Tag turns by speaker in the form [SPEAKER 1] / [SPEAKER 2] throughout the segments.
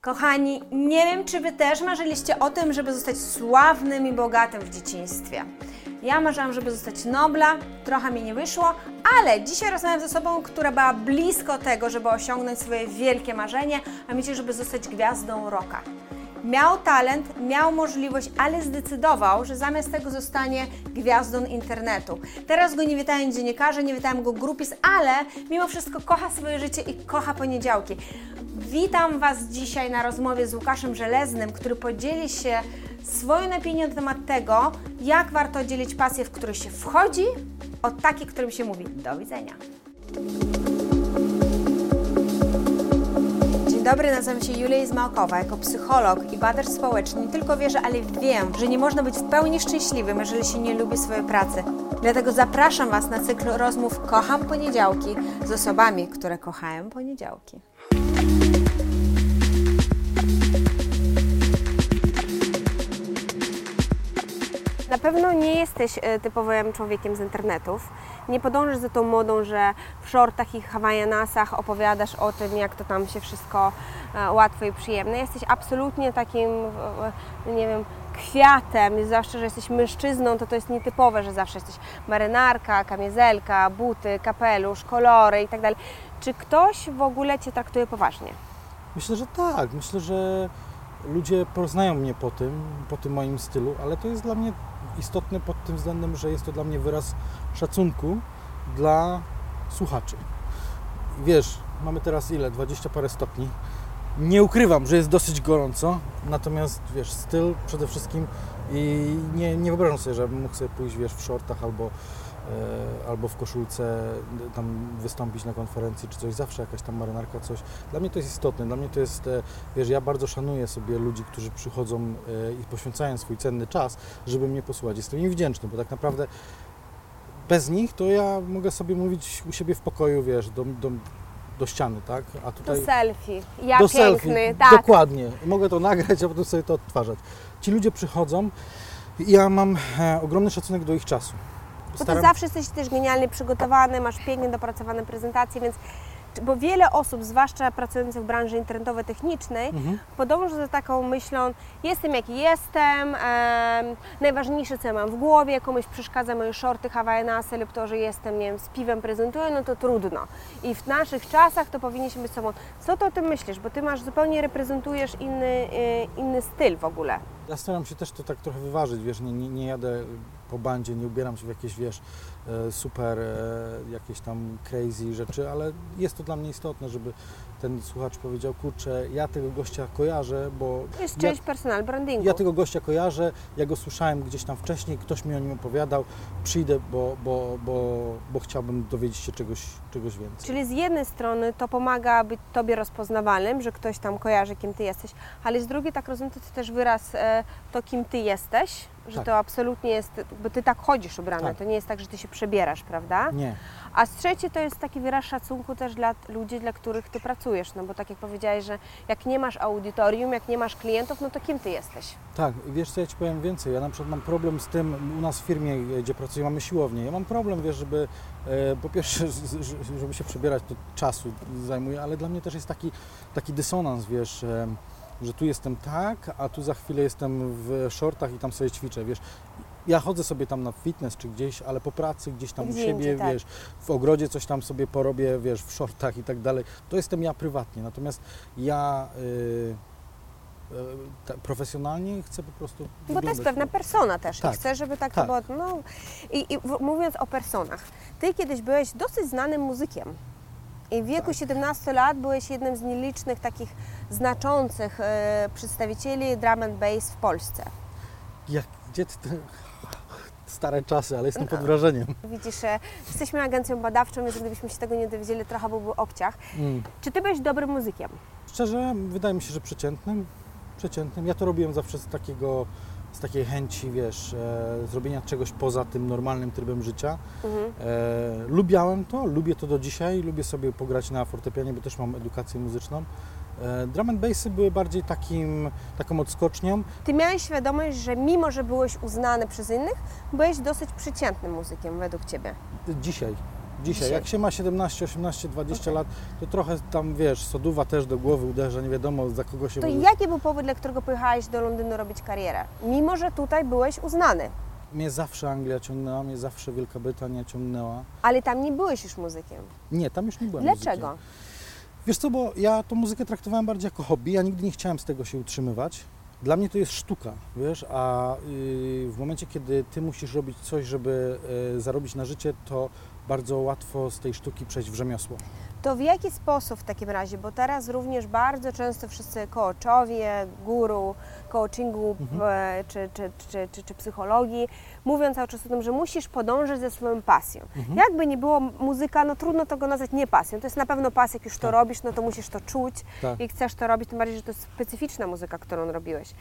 [SPEAKER 1] Kochani, nie wiem, czy Wy też marzyliście o tym, żeby zostać sławnym i bogatym w dzieciństwie. Ja marzyłam, żeby zostać Nobla, trochę mi nie wyszło, ale dzisiaj rozmawiam z osobą, która była blisko tego, żeby osiągnąć swoje wielkie marzenie, a mianowicie, żeby zostać gwiazdą rocka. Miał talent, miał możliwość, ale zdecydował, że zamiast tego zostanie gwiazdą internetu. Teraz go nie witają dziennikarze, nie witają go grupis, ale mimo wszystko kocha swoje życie i kocha poniedziałki. Witam Was dzisiaj na rozmowie z Łukaszem Żeleznym, który podzieli się swoją opinią na temat tego, jak warto dzielić pasję, w której się wchodzi, od takiej, którym się mówi. Do widzenia. Dzień dobry, nazywam się Julia Izmałkowa. Jako psycholog i badacz społeczny nie tylko wierzę, ale wiem, że nie można być w pełni szczęśliwym, jeżeli się nie lubi swojej pracy. Dlatego zapraszam Was na cykl rozmów Kocham Poniedziałki z osobami, które kochają poniedziałki. Na pewno nie jesteś typowym człowiekiem z internetów. Nie podążysz za tą modą, że w shortach i hawaianasach opowiadasz o tym, jak to tam się wszystko łatwo i przyjemne. Jesteś absolutnie takim, nie wiem, kwiatem, zwłaszcza, że jesteś mężczyzną, to jest nietypowe, że zawsze jesteś marynarka, kamizelka, buty, kapelusz, kolory i tak dalej. Czy ktoś w ogóle Cię traktuje poważnie?
[SPEAKER 2] Myślę, że tak. Myślę, że ludzie poznają mnie po tym moim stylu, ale to jest dla mnie istotne pod tym względem, że jest to dla mnie wyraz szacunku dla słuchaczy. Wiesz, mamy teraz 20 parę stopni. Nie ukrywam, że jest dosyć gorąco, natomiast wiesz, styl przede wszystkim i nie wyobrażam sobie, że mógł sobie pójść, wiesz, w shortach albo w koszulce tam wystąpić na konferencji czy coś, zawsze jakaś tam marynarka, coś. Dla mnie to jest istotne, dla mnie to jest, wiesz, ja bardzo szanuję sobie ludzi, którzy przychodzą i poświęcają swój cenny czas, żeby mnie posłuchać. Jestem im wdzięczny, bo tak naprawdę bez nich to ja mogę sobie mówić u siebie w pokoju, wiesz, do ściany, tak? A tutaj
[SPEAKER 1] Do selfie. Ja
[SPEAKER 2] do
[SPEAKER 1] piękny,
[SPEAKER 2] selfie.
[SPEAKER 1] tak.
[SPEAKER 2] Dokładnie. Mogę to nagrać, a potem sobie to odtwarzać. Ci ludzie przychodzą i ja mam ogromny szacunek do ich czasu.
[SPEAKER 1] Bo Ty zawsze jesteś też genialnie przygotowany, masz pięknie dopracowane prezentacje, więc bo wiele osób, zwłaszcza pracujących w branży internetowej, technicznej, podąża za taką myślą, jestem jaki jestem, najważniejsze co ja mam w głowie, komuś przeszkadza moje shorty, hawaianasy lub to, że jestem, nie wiem, z piwem prezentuję, no to trudno. I w naszych czasach to powinniśmy być sobą. Co Ty o tym myślisz? Bo Ty zupełnie reprezentujesz inny styl w ogóle.
[SPEAKER 2] Ja staram się też to tak trochę wyważyć, wiesz, nie jadę po bandzie, nie ubieram się w jakieś, wiesz, super jakieś tam crazy rzeczy, ale jest to dla mnie istotne, żeby ten słuchacz powiedział, kurczę, ja tego gościa kojarzę, bo...
[SPEAKER 1] To jest część personal brandingu.
[SPEAKER 2] Ja tego gościa kojarzę, ja go słyszałem gdzieś tam wcześniej, ktoś mi o nim opowiadał, przyjdę, bo chciałbym dowiedzieć się czegoś więcej.
[SPEAKER 1] Czyli z jednej strony to pomaga być Tobie rozpoznawalnym, że ktoś tam kojarzy, kim Ty jesteś, ale z drugiej, tak rozumiem, to też wyraz to, kim Ty jesteś, że
[SPEAKER 2] tak.
[SPEAKER 1] To absolutnie jest, bo Ty tak chodzisz ubrany,
[SPEAKER 2] Tak.
[SPEAKER 1] To nie jest tak, że Ty się przebierasz, prawda?
[SPEAKER 2] Nie.
[SPEAKER 1] A z trzecie to jest taki wyraz szacunku też dla ludzi, dla których Ty pracujesz, no bo tak jak powiedziałeś, że jak nie masz audytorium, jak nie masz klientów, no to kim Ty jesteś?
[SPEAKER 2] Tak, wiesz co, ja Ci powiem więcej, ja na przykład mam problem z tym, u nas w firmie, gdzie pracuję, mamy siłownię, ja mam problem, wiesz, żeby po pierwsze, żeby się przebierać, to czasu zajmuje, ale dla mnie też jest taki dysonans, wiesz, że tu jestem tak, a tu za chwilę jestem w shortach i tam sobie ćwiczę, wiesz. Ja chodzę sobie tam na fitness czy gdzieś, ale po pracy gdzieś tam u siebie,
[SPEAKER 1] tak.
[SPEAKER 2] wiesz, w ogrodzie coś tam sobie porobię, wiesz, w shortach i tak dalej. To jestem ja prywatnie, natomiast ja profesjonalnie chcę po prostu
[SPEAKER 1] Bo to jest pewna persona też
[SPEAKER 2] tak.
[SPEAKER 1] i chcę, żeby tak,
[SPEAKER 2] Tak.
[SPEAKER 1] to było, no mówiąc o personach, Ty kiedyś byłeś dosyć znanym muzykiem. I w wieku 17 lat byłeś jednym z nielicznych takich znaczących przedstawicieli drum and bass w Polsce.
[SPEAKER 2] Gdzie ty stare czasy, ale jestem pod wrażeniem.
[SPEAKER 1] Widzisz, jesteśmy agencją badawczą, więc gdybyśmy się tego nie dowiedzieli, trochę byłby obciach. Czy Ty byłeś dobrym muzykiem?
[SPEAKER 2] Szczerze, wydaje mi się, że przeciętnym. Ja to robiłem zawsze z takiej chęci, wiesz, zrobienia czegoś poza tym normalnym trybem życia. Lubię to do dzisiaj, lubię sobie pograć na fortepianie, bo też mam edukację muzyczną. Drum and bassy były bardziej taką odskocznią.
[SPEAKER 1] Ty miałeś świadomość, że mimo, że byłeś uznany przez innych, byłeś dosyć przeciętnym muzykiem według Ciebie.
[SPEAKER 2] Dzisiaj. Jak się ma 17, 18, 20 lat, to trochę tam, wiesz, soduwa też do głowy uderza, nie wiadomo za kogo się...
[SPEAKER 1] To jaki był powód, dla którego pojechałeś do Londynu robić karierę? Mimo że tutaj byłeś uznany.
[SPEAKER 2] Mnie zawsze Anglia ciągnęła, mnie zawsze Wielka Brytania ciągnęła.
[SPEAKER 1] Ale tam nie byłeś już muzykiem.
[SPEAKER 2] Nie, tam już nie byłem
[SPEAKER 1] Dlaczego?
[SPEAKER 2] muzykiem. Wiesz co, bo ja tą muzykę traktowałem bardziej jako hobby, ja nigdy nie chciałem z tego się utrzymywać. Dla mnie to jest sztuka, wiesz, a w momencie, kiedy ty musisz robić coś, żeby zarobić na życie, to bardzo łatwo z tej sztuki przejść w rzemiosło.
[SPEAKER 1] To w jaki sposób w takim razie, bo teraz również bardzo często wszyscy coachowie, guru, coachingu czy psychologii mówią cały czas o tym, że musisz podążać za swoją pasją. Jakby nie było muzyka, no trudno tego nazwać nie pasją. To jest na pewno pasja, jak już to robisz, no to musisz to czuć i chcesz to robić, tym bardziej, że to jest specyficzna muzyka, którą robiłeś.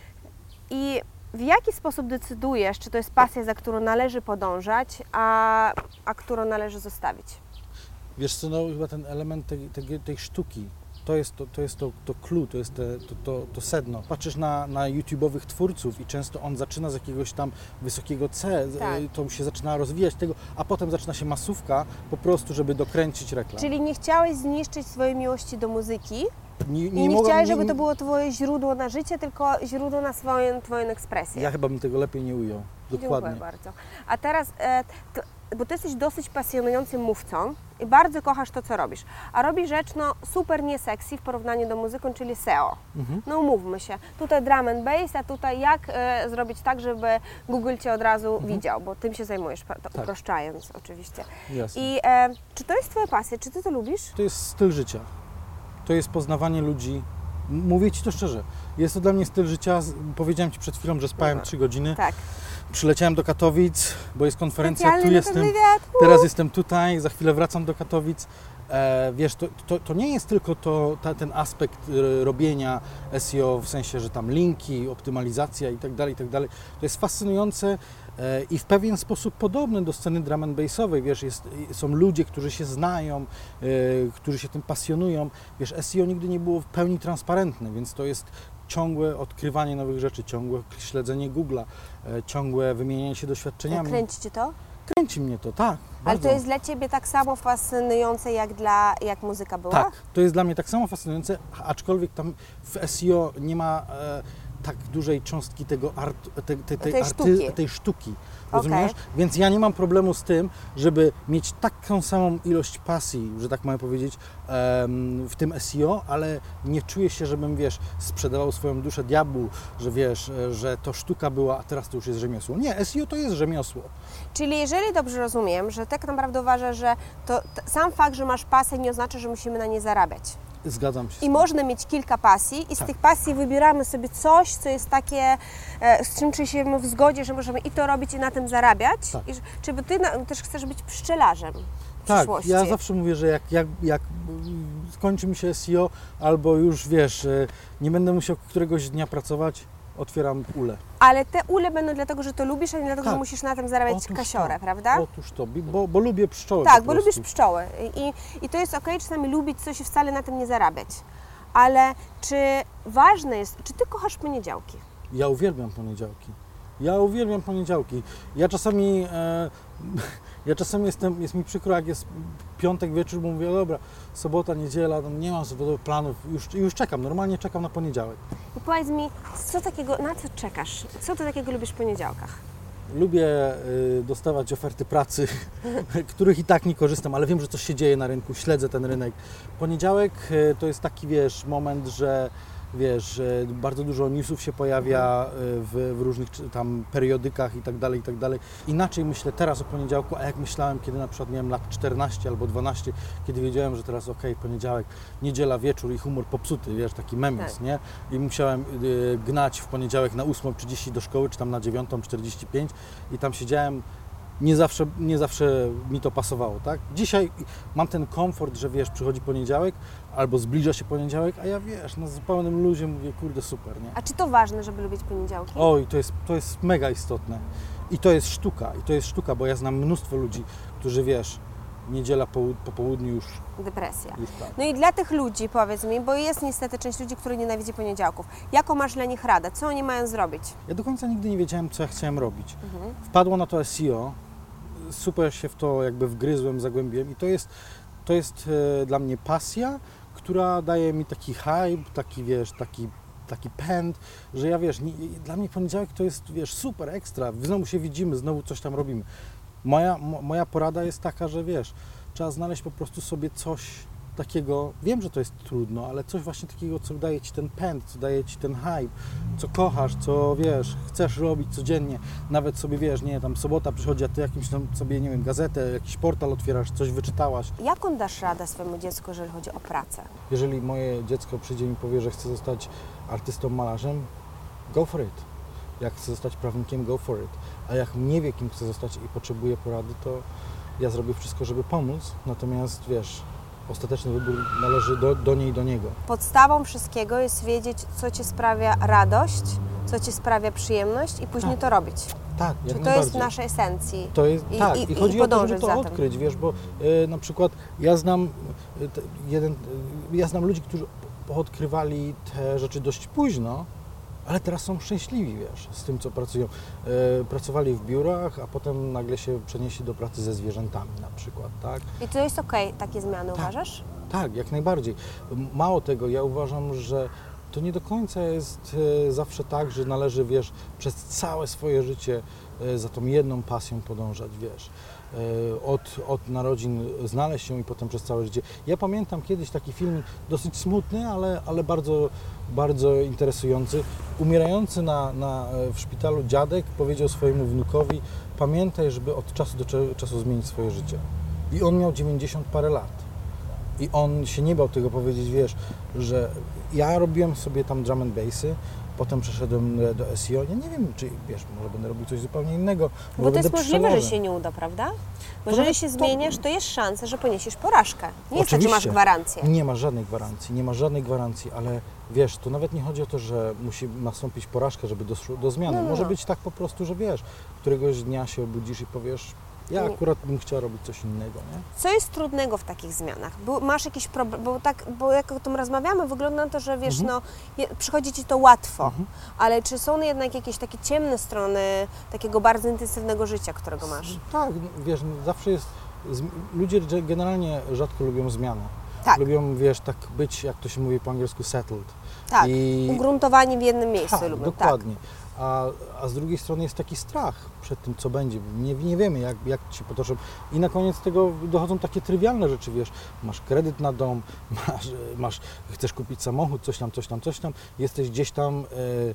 [SPEAKER 1] I w jaki sposób decydujesz, czy to jest pasja, za którą należy podążać, a którą należy zostawić?
[SPEAKER 2] Wiesz co, no chyba ten element tej sztuki, to jest to clue, to jest to sedno. Patrzysz na YouTube'owych twórców i często on zaczyna z jakiegoś tam wysokiego C, to się zaczyna rozwijać tego, a potem zaczyna się masówka po prostu, żeby dokręcić reklam.
[SPEAKER 1] Czyli nie chciałeś zniszczyć swojej miłości do muzyki nie chciałeś, żeby to było twoje źródło na życie, tylko źródło na twoją ekspresję.
[SPEAKER 2] Ja chyba bym tego lepiej nie ujął. Dokładnie.
[SPEAKER 1] Dziękuję bardzo. A teraz, bo ty jesteś dosyć pasjonującym mówcą i bardzo kochasz to, co robisz, a robisz rzecz no super nie sexy w porównaniu do muzyką, czyli SEO. No umówmy się, tutaj drum and bass, a tutaj jak zrobić tak, żeby Google Cię od razu widział, bo tym się zajmujesz, to uproszczając oczywiście.
[SPEAKER 2] Jasne.
[SPEAKER 1] I czy to jest Twoja pasja, czy Ty to lubisz?
[SPEAKER 2] To jest styl życia, to jest poznawanie ludzi. Mówię Ci to szczerze, jest to dla mnie styl życia. Powiedziałem Ci przed chwilą, że spałem 3 godziny.
[SPEAKER 1] Tak.
[SPEAKER 2] Przyleciałem do Katowic, bo jest konferencja, tu
[SPEAKER 1] Specjalnie
[SPEAKER 2] jestem, teraz jestem tutaj, za chwilę wracam do Katowic. Wiesz, to nie jest tylko ten aspekt robienia SEO, w sensie, że tam linki, optymalizacja i tak dalej. To jest fascynujące i w pewien sposób podobne do sceny drum and bassowej. Wiesz, są ludzie, którzy się znają, którzy się tym pasjonują. Wiesz, SEO nigdy nie było w pełni transparentne, więc to jest ciągłe odkrywanie nowych rzeczy, ciągłe śledzenie Google'a, ciągłe wymienianie się doświadczeniami.
[SPEAKER 1] Kręci Cię to?
[SPEAKER 2] Kręci mnie to, tak.
[SPEAKER 1] Ale
[SPEAKER 2] bardzo.
[SPEAKER 1] to jest dla Ciebie tak samo fascynujące, jak muzyka była?
[SPEAKER 2] Tak, to jest dla mnie tak samo fascynujące, aczkolwiek tam w SEO nie ma tak dużej cząstki tego tej sztuki. Rozumiesz? Więc ja nie mam problemu z tym, żeby mieć taką samą ilość pasji, że tak mamy powiedzieć, w tym SEO, ale nie czuję się, żebym, wiesz, sprzedawał swoją duszę diabłu, że wiesz, że to sztuka była, a teraz to już jest rzemiosło. Nie, SEO to jest rzemiosło.
[SPEAKER 1] Czyli jeżeli dobrze rozumiem, że tak naprawdę uważasz, że sam fakt, że masz pasję, nie oznacza, że musimy na nie zarabiać.
[SPEAKER 2] Zgadzam się.
[SPEAKER 1] I można mieć kilka pasji i z tych pasji wybieramy sobie coś, co jest takie, z czym czujemy w zgodzie, że możemy i to robić, i na tym zarabiać.
[SPEAKER 2] Tak.
[SPEAKER 1] Czy ty też chcesz być pszczelarzem w
[SPEAKER 2] Tak,
[SPEAKER 1] przyszłości?
[SPEAKER 2] ja zawsze mówię, że jak skończy mi się SEO, albo już, wiesz, nie będę musiał któregoś dnia pracować, otwieram ulę.
[SPEAKER 1] Ale te ule będą dlatego, że to lubisz, a nie dlatego,
[SPEAKER 2] Tak.
[SPEAKER 1] że musisz na tym zarabiać kasiorę, prawda?
[SPEAKER 2] Otóż to, bo lubię pszczoły.
[SPEAKER 1] Tak,
[SPEAKER 2] po
[SPEAKER 1] bo
[SPEAKER 2] prostu.
[SPEAKER 1] lubisz pszczoły i to jest okej czasami lubić coś i wcale na tym nie zarabiać. Ale czy ważne jest, czy Ty kochasz poniedziałki?
[SPEAKER 2] Ja uwielbiam poniedziałki. Ja czasami jest mi przykro, jak jest piątek wieczór, bo mówię, dobra, sobota, niedziela, nie mam sobie planów, już czekam, normalnie czekam na poniedziałek.
[SPEAKER 1] I powiedz mi, co takiego, na co czekasz? Co Ty takiego lubisz w poniedziałkach?
[SPEAKER 2] Lubię dostawać oferty pracy, których i tak nie korzystam, ale wiem, że coś się dzieje na rynku, śledzę ten rynek. Poniedziałek to jest taki, wiesz, moment, że wiesz, bardzo dużo newsów się pojawia w różnych tam periodykach i tak dalej. Inaczej myślę teraz o poniedziałku, a jak myślałem, kiedy na przykład miałem lat 14 albo 12, kiedy wiedziałem, że teraz poniedziałek, niedziela, wieczór i humor popsuty, wiesz, taki memis, nie? I musiałem gnać w poniedziałek na 8:30 do szkoły, czy tam na 9:45 i tam siedziałem. Nie zawsze mi to pasowało, tak? Dzisiaj mam ten komfort, że wiesz, przychodzi poniedziałek albo zbliża się poniedziałek, a ja wiesz, na zupełnym luzie mówię, kurde, super, nie?
[SPEAKER 1] A czy to ważne, żeby lubić poniedziałki?
[SPEAKER 2] Oj, to jest mega istotne. I to jest sztuka, bo ja znam mnóstwo ludzi, którzy, wiesz, niedziela po południu już...
[SPEAKER 1] Depresja.
[SPEAKER 2] Tak.
[SPEAKER 1] No i dla tych ludzi, powiedz mi, bo jest niestety część ludzi, którzy nienawidzi poniedziałków. Jaką masz dla nich radę? Co oni mają zrobić?
[SPEAKER 2] Ja do końca nigdy nie wiedziałem, co ja chciałem robić. Wpadło na to SEO super się w to jakby wgryzłem, zagłębiłem i to jest dla mnie pasja, która daje mi taki hype, taki wiesz, taki pęd, że ja wiesz, dla mnie poniedziałek to jest wiesz, super, ekstra, znowu się widzimy, znowu coś tam robimy. Moja porada jest taka, że wiesz, trzeba znaleźć po prostu sobie coś takiego, wiem, że to jest trudno, ale coś właśnie takiego, co daje Ci ten pęd, co daje Ci ten hype, co kochasz, co wiesz, chcesz robić codziennie, nawet sobie wiesz, nie, tam sobota przychodzi, a Ty jakimś tam sobie, nie wiem, gazetę, jakiś portal otwierasz, coś wyczytałaś.
[SPEAKER 1] Jaką dasz radę swojemu dziecku, jeżeli chodzi o pracę?
[SPEAKER 2] Jeżeli moje dziecko przyjdzie i mi powie, że chce zostać artystą, malarzem, go for it. Jak chce zostać prawnikiem, go for it. A jak nie wie, kim chce zostać i potrzebuje porady, to ja zrobię wszystko, żeby pomóc, natomiast wiesz, ostateczny wybór należy do niej i do niego.
[SPEAKER 1] Podstawą wszystkiego jest wiedzieć, co Ci sprawia radość, co Ci sprawia przyjemność i później to robić.
[SPEAKER 2] Tak, jak
[SPEAKER 1] Czy to
[SPEAKER 2] najbardziej.
[SPEAKER 1] jest w naszej esencji?
[SPEAKER 2] To jest, tak, i chodzi o to, żeby to
[SPEAKER 1] za tym.
[SPEAKER 2] odkryć, wiesz, bo na przykład ja znam ludzi, którzy odkrywali te rzeczy dość późno, ale teraz są szczęśliwi, wiesz, z tym, co pracują. Pracowali w biurach, a potem nagle się przenieśli do pracy ze zwierzętami na przykład, tak?
[SPEAKER 1] I to jest okej, takie zmiany, uważasz?
[SPEAKER 2] Tak, jak najbardziej. Mało tego, ja uważam, że to nie do końca jest zawsze tak, że należy, wiesz, przez całe swoje życie za tą jedną pasją podążać, wiesz. Od narodzin znaleźć się i potem przez całe życie. Ja pamiętam kiedyś taki film dosyć smutny, ale bardzo, bardzo interesujący. Umierający w szpitalu dziadek powiedział swojemu wnukowi: pamiętaj, żeby od czasu do czasu zmienić swoje życie. I on miał 90 parę lat. I on się nie bał tego powiedzieć, wiesz, że ja robiłem sobie tam drum and bassy, potem przeszedłem do SEO. Ja nie wiem, czy wiesz, może będę robił coś zupełnie innego.
[SPEAKER 1] Bo to jest możliwe, że się nie uda, prawda? Bo jeżeli się zmieniasz, to jest szansa, że poniesiesz porażkę. Nie jest tak, że masz gwarancję.
[SPEAKER 2] Nie ma żadnej gwarancji, ale wiesz, to nawet nie chodzi o to, że musi nastąpić porażka, żeby doszło do zmiany. Może być tak po prostu, że wiesz, któregoś dnia się obudzisz i powiesz: ja akurat bym chciała robić coś innego, nie?
[SPEAKER 1] Co jest trudnego w takich zmianach? Masz jakiś problem, bo jak o tym rozmawiamy, wygląda na to, że wiesz, przychodzi Ci to łatwo, ale czy są jednak jakieś takie ciemne strony takiego bardzo intensywnego życia, którego masz?
[SPEAKER 2] Tak, wiesz, zawsze jest, ludzie generalnie rzadko lubią zmianę.
[SPEAKER 1] Tak.
[SPEAKER 2] Lubią, wiesz, tak być, jak to się mówi po angielsku, settled.
[SPEAKER 1] Tak, ugruntowani w jednym miejscu lubią.
[SPEAKER 2] Dokładnie. A z drugiej strony jest taki strach przed tym, co będzie. Nie wiemy, jak się potoczą. I na koniec tego dochodzą takie trywialne rzeczy, wiesz. Masz kredyt na dom, chcesz kupić samochód, coś tam. Jesteś gdzieś tam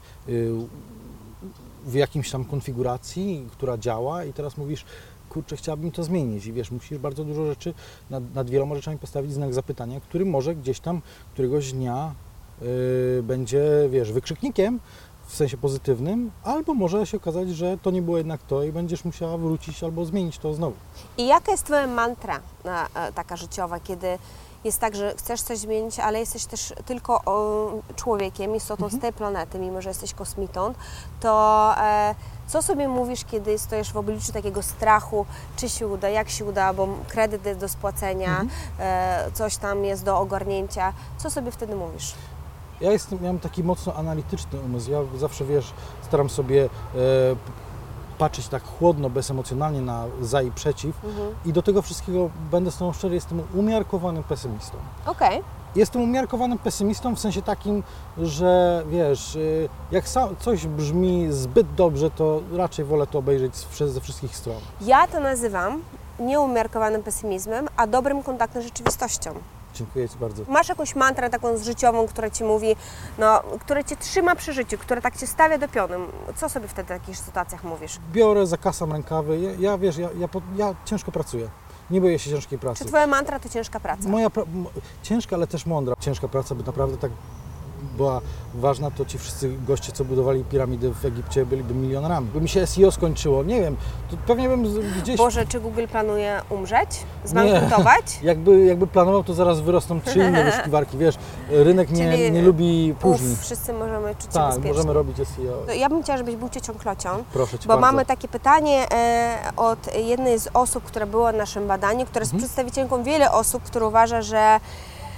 [SPEAKER 2] w jakimś tam konfiguracji, która działa i teraz mówisz: kurczę, chciałabym to zmienić. I wiesz, musisz bardzo dużo rzeczy, nad wieloma rzeczami postawić znak zapytania, który może gdzieś tam któregoś dnia będzie, wiesz, wykrzyknikiem, w sensie pozytywnym, albo może się okazać, że to nie było jednak to i będziesz musiała wrócić albo zmienić to znowu.
[SPEAKER 1] I jaka jest Twoja mantra taka życiowa, kiedy jest tak, że chcesz coś zmienić, ale jesteś też tylko człowiekiem, istotą z tej planety, mimo że jesteś kosmitą, to co sobie mówisz, kiedy stoisz w obliczu takiego strachu, czy się uda, jak się uda, bo kredyt jest do spłacenia, coś tam jest do ogarnięcia, co sobie wtedy mówisz?
[SPEAKER 2] Ja mam taki mocno analityczny umysł. Ja zawsze, wiesz, staram sobie patrzeć tak chłodno, bezemocjonalnie na za i przeciw. I do tego wszystkiego, będę z Tobą szczery, jestem umiarkowanym pesymistą.
[SPEAKER 1] Okej.
[SPEAKER 2] Jestem umiarkowanym pesymistą w sensie takim, że wiesz, jak coś brzmi zbyt dobrze, to raczej wolę to obejrzeć ze wszystkich stron.
[SPEAKER 1] Ja to nazywam nie umiarkowanym pesymizmem, a dobrym kontaktem z rzeczywistością.
[SPEAKER 2] Dziękuję Ci bardzo.
[SPEAKER 1] Masz jakąś mantrę taką życiową, która Ci mówi, która Cię trzyma przy życiu, która tak Cię stawia do pionu. Co sobie wtedy w takich sytuacjach mówisz?
[SPEAKER 2] Biorę, zakasam rękawy. Ja ciężko pracuję. Nie boję się ciężkiej pracy.
[SPEAKER 1] Czy Twoja mantra to ciężka praca?
[SPEAKER 2] Ciężka, ale też mądra. Ciężka praca, by naprawdę tak była ważna, to ci wszyscy goście, co budowali piramidy w Egipcie, byliby milionerami. By mi się SEO skończyło, nie wiem, to pewnie bym gdzieś...
[SPEAKER 1] Boże, czy Google planuje umrzeć? Zbankrutować?
[SPEAKER 2] Jakby planował, to zaraz wyrosną 3 inne wyszukiwarki, wiesz, rynek nie lubi próżni.
[SPEAKER 1] Wszyscy możemy czuć się
[SPEAKER 2] tak,
[SPEAKER 1] bezpiecznie.
[SPEAKER 2] możemy robić SEO.
[SPEAKER 1] Ja bym chciała, żebyś był ciocią klocią,
[SPEAKER 2] Proszę Cię
[SPEAKER 1] bo
[SPEAKER 2] bardzo.
[SPEAKER 1] mamy takie pytanie od jednej z osób, która była w naszym badaniu, która jest przedstawicielką wielu osób, która uważa, że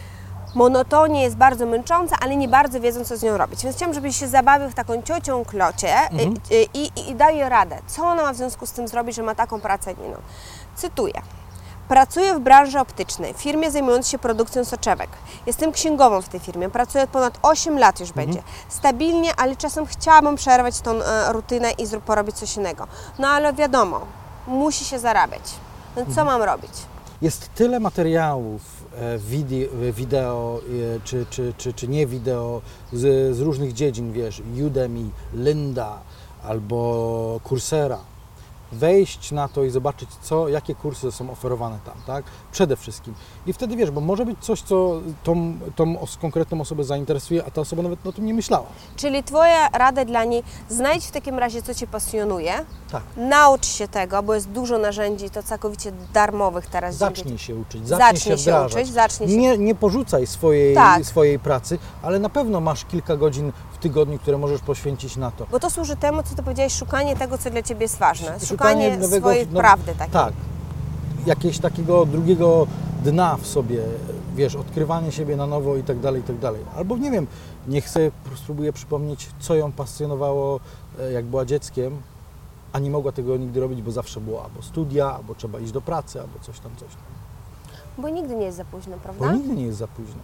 [SPEAKER 1] monotonia jest bardzo męcząca, ale nie bardzo wiedzą, co z nią robić. Więc chciałam, żebyś się zabawił w taką ciocią klocie i dał jej radę. Co ona ma w związku z tym zrobić, że ma taką pracę inną? Cytuję. Pracuję w branży optycznej, w firmie zajmującej się produkcją soczewek. Jestem księgową w tej firmie, pracuję od ponad 8 lat już będzie. Stabilnie, ale czasem chciałabym przerwać tą rutynę i porobić coś innego. No ale wiadomo, musi się zarabiać. No co mam robić?
[SPEAKER 2] Jest tyle materiałów wideo czy nie wideo z różnych dziedzin, wiesz, Udemy, Lynda albo Coursera. Wejść na to i zobaczyć, jakie kursy są oferowane tam, tak? Przede wszystkim. I wtedy wiesz, bo może być coś, co tą konkretną osobę zainteresuje, a ta osoba nawet o tym nie myślała.
[SPEAKER 1] Czyli Twoja rada dla niej, znajdź w takim razie, co Cię pasjonuje,
[SPEAKER 2] Tak.
[SPEAKER 1] naucz się tego, bo jest dużo narzędzi, to całkowicie darmowych teraz.
[SPEAKER 2] Zacznij się uczyć, zacznij się wdrażać. Nie porzucaj swojej pracy, ale na pewno masz kilka godzin w tygodniu, które możesz poświęcić na to.
[SPEAKER 1] Bo to służy temu, co Ty powiedziałeś, szukanie tego, co dla Ciebie jest ważne. Szukanie swojej prawdy takiej.
[SPEAKER 2] Tak. Jakiegoś takiego drugiego dna w sobie, wiesz, odkrywanie siebie na nowo i tak dalej, i tak dalej. Albo nie wiem, niech sobie spróbuję przypomnieć, co ją pasjonowało, jak była dzieckiem, a nie mogła tego nigdy robić, bo zawsze było albo studia, albo trzeba iść do pracy, albo coś tam.
[SPEAKER 1] Bo nigdy nie jest za późno, prawda?
[SPEAKER 2] Bo nigdy nie jest za późno.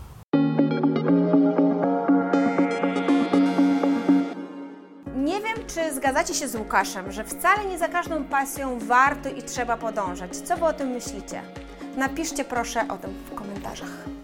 [SPEAKER 1] Nie wiem, czy zgadzacie się z Łukaszem, że wcale nie za każdą pasją warto i trzeba podążać. Co Wy o tym myślicie? Napiszcie proszę o tym w komentarzach.